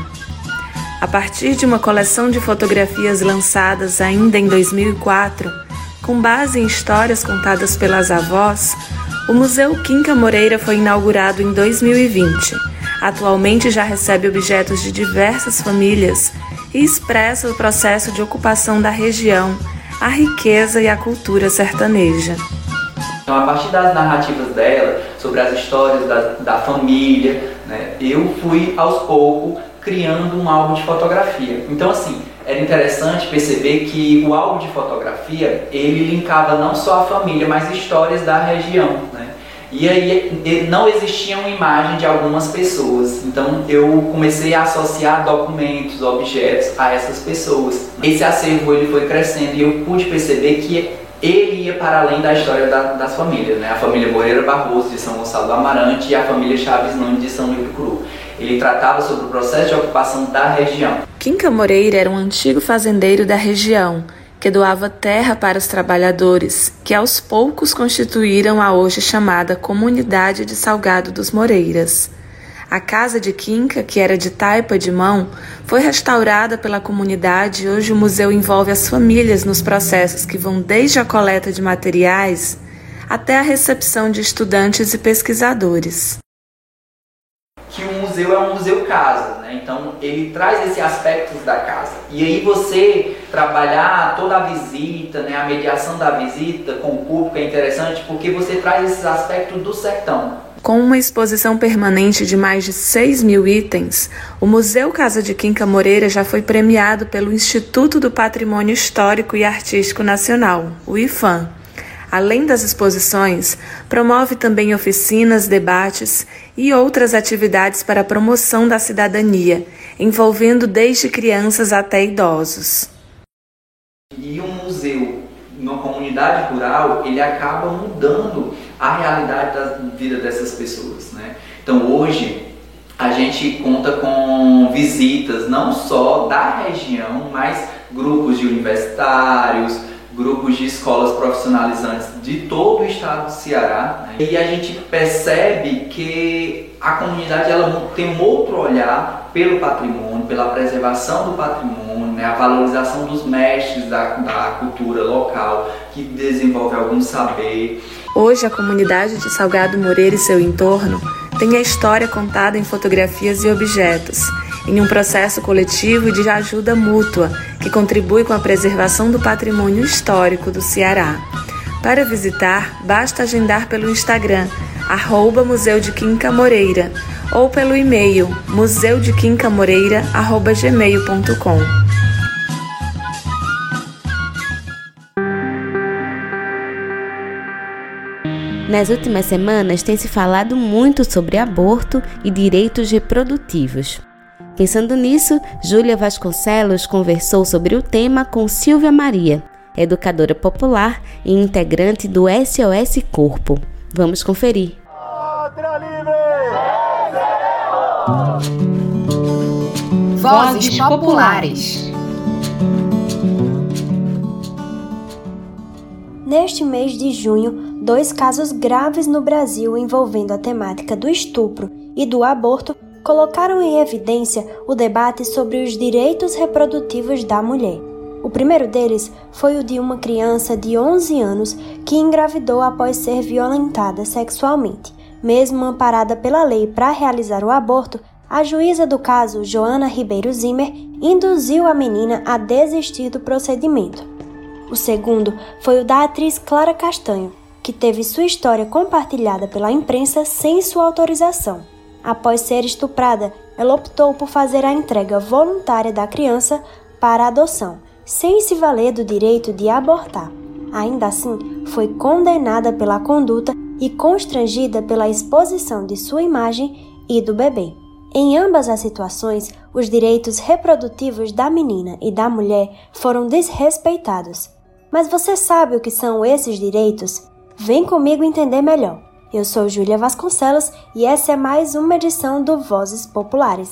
A partir de uma coleção de fotografias lançadas ainda em dois mil e quatro, com base em histórias contadas pelas avós, o Museu Quinca Moreira foi inaugurado em dois mil e vinte. Atualmente já recebe objetos de diversas famílias e expressa o processo de ocupação da região, a riqueza e a cultura sertaneja. Então, a partir das narrativas dela, sobre as histórias da, da família, né, eu fui aos poucos criando um álbum de fotografia. Então, assim, era interessante perceber que o álbum de fotografia, ele linkava não só a família, mas histórias da região, né? E aí não existia uma imagem de algumas pessoas. Então eu comecei a associar documentos, objetos a essas pessoas. Esse acervo ele foi crescendo e eu pude perceber que ele ia para além da história da, das famílias, né? A família Moreira Barroso de São Gonçalo do Amarante e a família Chaves Nunes de São Livro Cru. Ele tratava sobre o processo de ocupação da região. Quinca Moreira era um antigo fazendeiro da região, que doava terra para os trabalhadores, que aos poucos constituíram a hoje chamada Comunidade de Salgado dos Moreiras. A casa de Quinca, que era de taipa de mão, foi restaurada pela comunidade e hoje o museu envolve as famílias nos processos que vão desde a coleta de materiais até a recepção de estudantes e pesquisadores. Que o museu é um museu casa, né? Então ele traz esse aspecto da casa. E aí você trabalhar toda a visita, né, a mediação da visita com o público é interessante porque você traz esses aspectos do sertão. Com uma exposição permanente de mais de seis mil itens, o Museu Casa de Quinca Moreira já foi premiado pelo Instituto do Patrimônio Histórico e Artístico Nacional, o IFAM. Além das exposições, promove também oficinas, debates e outras atividades para a promoção da cidadania, envolvendo desde crianças até idosos. E um museu numa comunidade rural, ele acaba mudando a realidade da vida dessas pessoas, né? Então hoje a gente conta com visitas não só da região, mas grupos de universitários, grupos de escolas profissionalizantes de todo o estado do Ceará, né? E a gente percebe que a comunidade ela tem um outro olhar pelo patrimônio, pela preservação do patrimônio, né? A valorização dos mestres da, da cultura local, que desenvolve algum saber. Hoje a comunidade de Salgado Moreira e seu entorno tem a história contada em fotografias e objetos, em um processo coletivo de ajuda mútua, que contribui com a preservação do patrimônio histórico do Ceará. Para visitar, basta agendar pelo Instagram, arroba Museu de Quinca Moreira, ou pelo e-mail museu de quinca moreira arroba gmail ponto com. Nas últimas semanas tem se falado muito sobre aborto e direitos reprodutivos. Pensando nisso, Júlia Vasconcelos conversou sobre o tema com Silvia Maria, educadora popular e integrante do S O S Corpo. Vamos conferir. Vozes Populares. Neste mês de junho, dois casos graves no Brasil envolvendo a temática do estupro e do aborto colocaram em evidência o debate sobre os direitos reprodutivos da mulher. O primeiro deles foi o de uma criança de onze anos que engravidou após ser violentada sexualmente. Mesmo amparada pela lei para realizar o aborto, a juíza do caso, Joana Ribeiro Zimmer, induziu a menina a desistir do procedimento. O segundo foi o da atriz Clara Castanho, que teve sua história compartilhada pela imprensa sem sua autorização. Após ser estuprada, ela optou por fazer a entrega voluntária da criança para adoção, sem se valer do direito de abortar. Ainda assim, foi condenada pela conduta e constrangida pela exposição de sua imagem e do bebê. Em ambas as situações, os direitos reprodutivos da menina e da mulher foram desrespeitados. Mas você sabe o que são esses direitos? Vem comigo entender melhor. Eu sou Júlia Vasconcelos e essa é mais uma edição do Vozes Populares.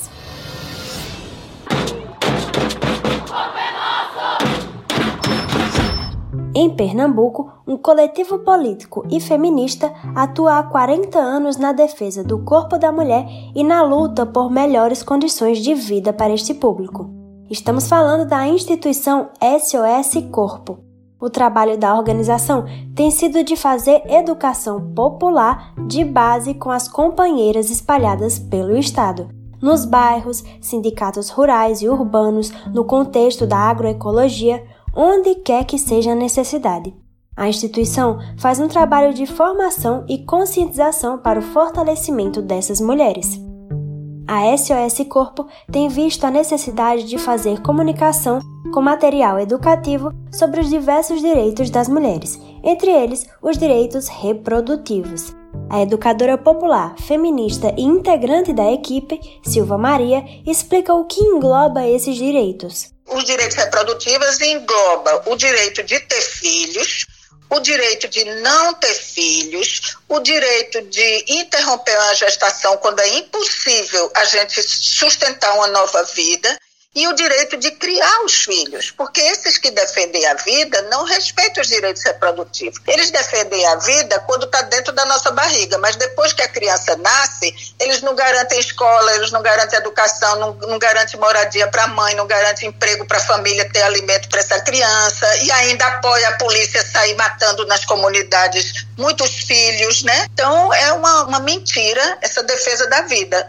Em Pernambuco, um coletivo político e feminista atua há quarenta anos na defesa do corpo da mulher e na luta por melhores condições de vida para este público. Estamos falando da instituição S O S Corpo. O trabalho da organização tem sido de fazer educação popular de base com as companheiras espalhadas pelo estado, nos bairros, sindicatos rurais e urbanos, no contexto da agroecologia, onde quer que seja a necessidade. A instituição faz um trabalho de formação e conscientização para o fortalecimento dessas mulheres. A S O S Corpo tem visto a necessidade de fazer comunicação com material educativo sobre os diversos direitos das mulheres, entre eles os direitos reprodutivos. A educadora popular, feminista e integrante da equipe, Silvia Maria, explica o que engloba esses direitos. Os direitos reprodutivos englobam o direito de ter filhos, o direito de não ter filhos, o direito de interromper a gestação quando é impossível a gente sustentar uma nova vida, e o direito de criar os filhos, porque esses que defendem a vida não respeitam os direitos reprodutivos. Eles defendem a vida quando está dentro da nossa barriga, mas depois que a criança nasce, eles não garantem escola, eles não garantem educação, não, não garantem moradia para a mãe, não garantem emprego para a família, ter alimento para essa criança, e ainda apoia a polícia a sair matando nas comunidades muitos filhos, né? Então é uma, uma mentira essa defesa da vida.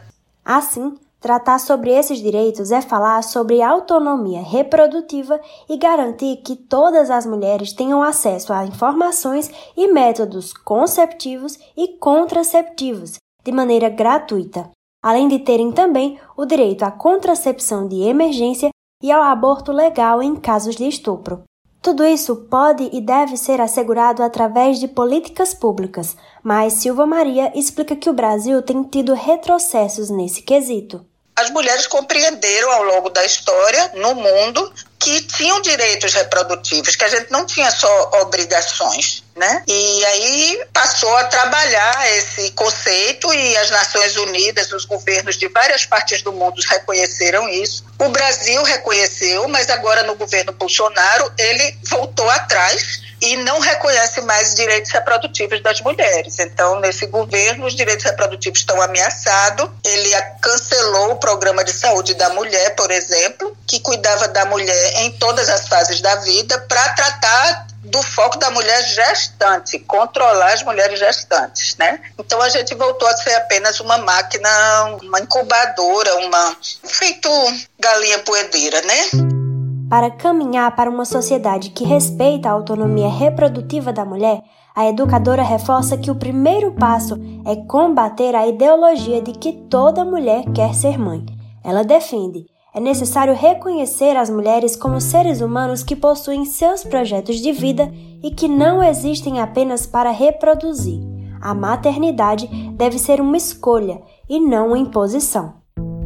Assim, tratar sobre esses direitos é falar sobre autonomia reprodutiva e garantir que todas as mulheres tenham acesso a informações e métodos conceptivos e contraceptivos de maneira gratuita, além de terem também o direito à contracepção de emergência e ao aborto legal em casos de estupro. Tudo isso pode e deve ser assegurado através de políticas públicas, mas Silva Maria explica que o Brasil tem tido retrocessos nesse quesito. As mulheres compreenderam ao longo da história, no mundo, que tinham direitos reprodutivos, que a gente não tinha só obrigações, né? E aí passou a trabalhar esse conceito e as Nações Unidas, os governos de várias partes do mundo reconheceram isso. O Brasil reconheceu, mas agora no governo Bolsonaro ele voltou atrás e não reconhece mais os direitos reprodutivos das mulheres. Então, nesse governo, os direitos reprodutivos estão ameaçados. Ele cancelou o programa de saúde da mulher, por exemplo, que cuidava da mulher em todas as fases da vida para tratar do foco da mulher gestante, controlar as mulheres gestantes, né? Então, a gente voltou a ser apenas uma máquina, uma incubadora, uma feito galinha poedeira, né? Para caminhar para uma sociedade que respeita a autonomia reprodutiva da mulher, a educadora reforça que o primeiro passo é combater a ideologia de que toda mulher quer ser mãe. Ela defende: é necessário reconhecer as mulheres como seres humanos que possuem seus projetos de vida e que não existem apenas para reproduzir. A maternidade deve ser uma escolha e não uma imposição.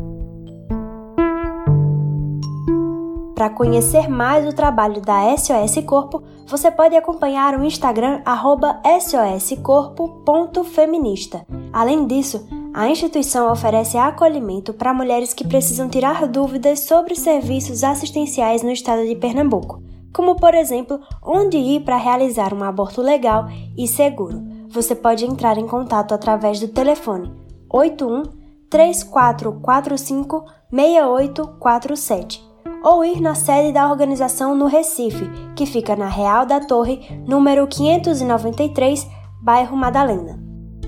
Para conhecer mais o trabalho da S O S Corpo, você pode acompanhar o Instagram arroba S O S corpo ponto feminista. Além disso, a instituição oferece acolhimento para mulheres que precisam tirar dúvidas sobre serviços assistenciais no estado de Pernambuco, como, por exemplo, onde ir para realizar um aborto legal e seguro. Você pode entrar em contato através do telefone oito um, três quatro quatro cinco, seis oito quatro sete. Ou ir na sede da organização no Recife, que fica na Real da Torre, número quinhentos e noventa e três, bairro Madalena.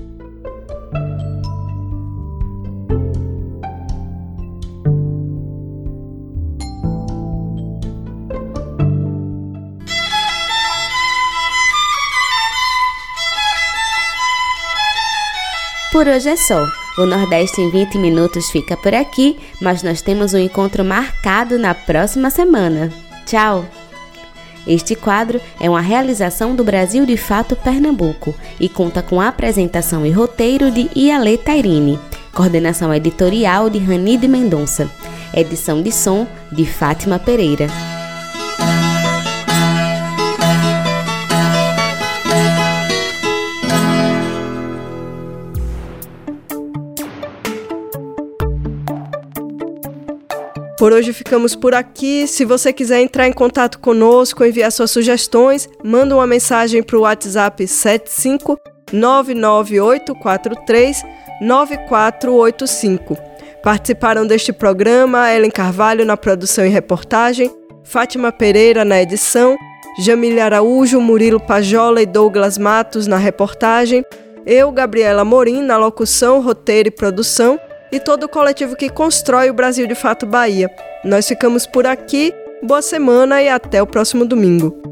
Por hoje é só. O Nordeste em vinte minutos fica por aqui, mas nós temos um encontro marcado na próxima semana. Tchau! Este quadro é uma realização do Brasil de Fato Pernambuco e conta com a apresentação e roteiro de Ialê Tairine, coordenação editorial de Ranide Mendonça, edição de som de Fátima Pereira. Por hoje ficamos por aqui. Se você quiser entrar em contato conosco, enviar suas sugestões, manda uma mensagem para o WhatsApp sete cinco nove nove oito quatro três nove quatro oito cinco. Participaram deste programa Ellen Carvalho na produção e reportagem, Fátima Pereira na edição, Jamília Araújo, Murilo Pajola e Douglas Matos na reportagem, eu, Gabriela Morim, na locução, roteiro e produção, e todo o coletivo que constrói o Brasil de Fato Bahia. Nós ficamos por aqui, boa semana e até o próximo domingo.